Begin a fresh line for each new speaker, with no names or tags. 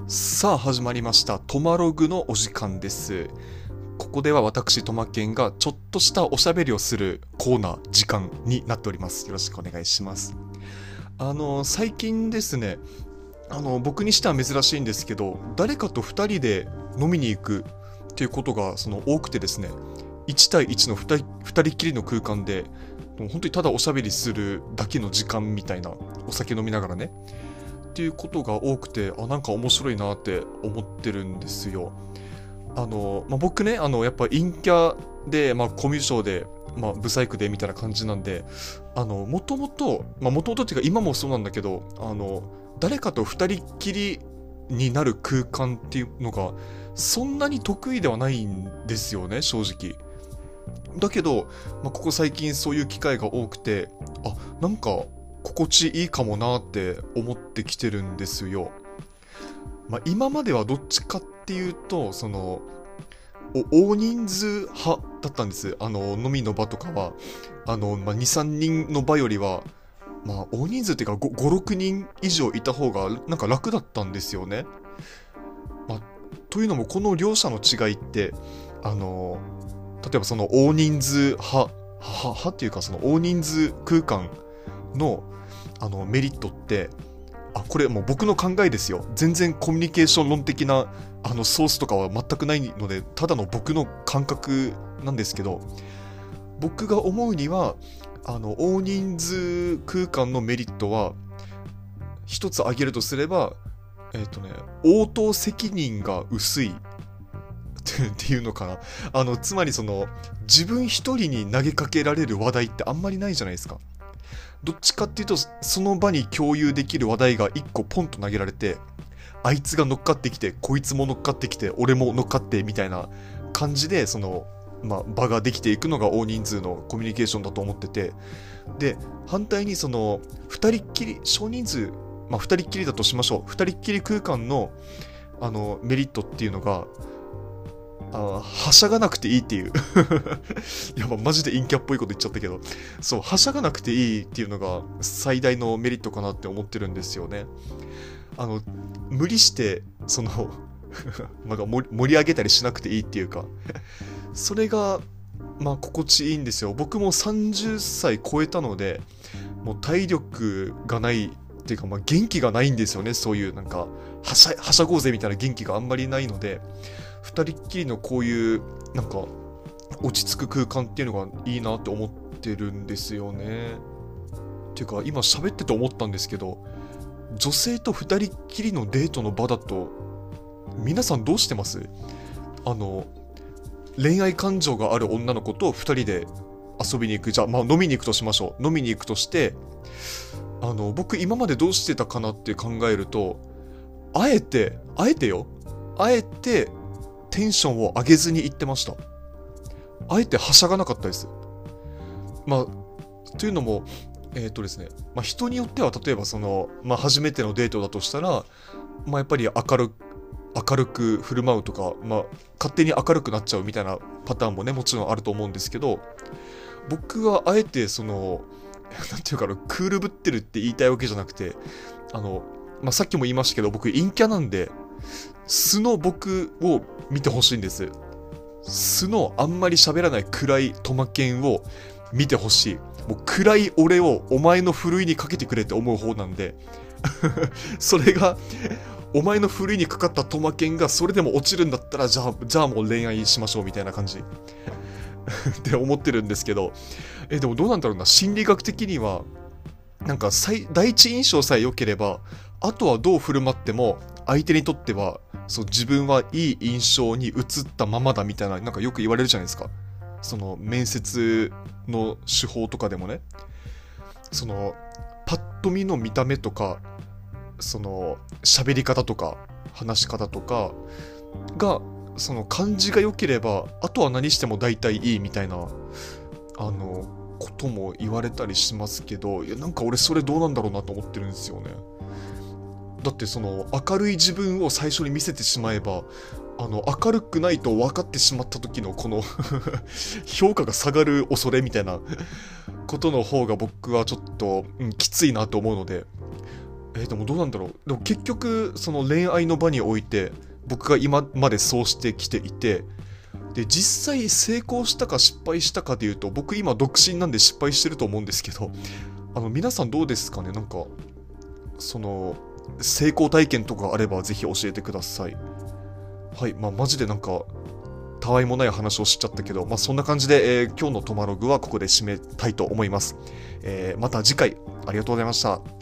さあ始まりましたトマログのお時間です。ここでは私トマケンがちょっとしたおしゃべりをするコーナー時間になっております。よろしくお願いします。最近ですね、僕にしては珍しいんですけど、誰かと2人で飲みに行くっていうことが多くてですね、1対1の2人きりの空間で本当にただおしゃべりするだけの時間みたいな、お酒飲みながらねっていうことが多くて、なんか面白いなって思ってるんですよ。僕ね、やっぱ陰キャで、コミュ障で、ブサイクでみたいな感じなんで、もともとっていうか今もそうなんだけど、誰かと二人っきりになる空間っていうのが、そんなに得意ではないんですよね、正直。だけど、ここ最近そういう機会が多くて、なんか、心地いいかもなって思ってきてるんですよ。今まではどっちかっていうと、大人数派だったんです。飲みの場とかは、2、3人の場よりは、大人数っていうか5、6人以上いた方がなんか楽だったんですよね。というのも、この両者の違いって、例えば大人数派っていうか、大人数空間の、メリットって、これもう僕の考えですよ。全然コミュニケーション論的なソースとかは全くないので、ただの僕の感覚なんですけど、僕が思うには、大人数空間のメリットは、一つ挙げるとすれば、応答責任が薄いっていうのかな。つまり自分一人に投げかけられる話題ってあんまりないじゃないですか。どっちかっていうと、その場に共有できる話題が一個ポンと投げられて、あいつが乗っかってきて、こいつも乗っかってきて、俺も乗っかってみたいな感じで、場ができていくのが大人数のコミュニケーションだと思ってて、で、反対に二人っきり、少人数、二人っきりだとしましょう。二人っきり空間の、メリットっていうのが、はしゃがなくていいっていう。いや、マジで陰キャっぽいこと言っちゃったけど、そう、はしゃがなくていいっていうのが最大のメリットかなって思ってるんですよね。無理して、盛り上げたりしなくていいっていうか、それが、心地いいんですよ。僕も30歳超えたので、もう体力がないっていうか、元気がないんですよね。そういうはしゃごうぜみたいな元気があんまりないので、二人っきりのこういう落ち着く空間っていうのがいいなって思ってるんですよね。っていうか今喋ってて思ったんですけど、女性と二人っきりのデートの場だと皆さんどうしてます？恋愛感情がある女の子と二人で遊びに行く、じゃあ飲みに行くとしましょう。飲みに行くとして、僕今までどうしてたかなって考えると、あえてテンションを上げずに行ってました。あえてはしゃがなかったです。というのも、ですね、人によっては、例えば初めてのデートだとしたら、やっぱり明るく振る舞うとか、勝手に明るくなっちゃうみたいなパターンもね、もちろんあると思うんですけど、僕はあえてなんていうかな、クールぶってるって言いたいわけじゃなくて、さっきも言いましたけど、僕陰キャなんで、素の僕を見てほしいんです。素のあんまり喋らない暗いトマケンを見てほしい。もう暗い俺をお前のふるいにかけてくれって思う方なんでそれがお前のふるいにかかったトマケンがそれでも落ちるんだったら、じゃあもう恋愛しましょうみたいな感じって思ってるんですけど、でもどうなんだろうな、心理学的には第一印象さえ良ければ、あとはどう振る舞っても相手にとっては自分はいい印象に映ったままだみたいな、よく言われるじゃないですか。面接の手法とかでもね、パッと見の見た目とか、喋り方とか話し方とかが感じが良ければ、あとは何しても大体いいみたいなことも言われたりしますけど、いや俺それどうなんだろうなと思ってるんですよね。だって明るい自分を最初に見せてしまえば、明るくないと分かってしまった時のこの評価が下がる恐れみたいなことの方が僕はちょっと、きついなと思うので、 でもどうなんだろう。でも結局、その恋愛の場において、僕が今までそうしてきていて、で、実際成功したか失敗したかでいうと、僕今独身なんで失敗してると思うんですけど、皆さんどうですかね。なんか、その、成功体験とかあればぜひ教えてください。はい、マジでなんか、たわいもない話をしちゃったけど、そんな感じで、今日のトマログはここで締めたいと思います。また次回、ありがとうございました。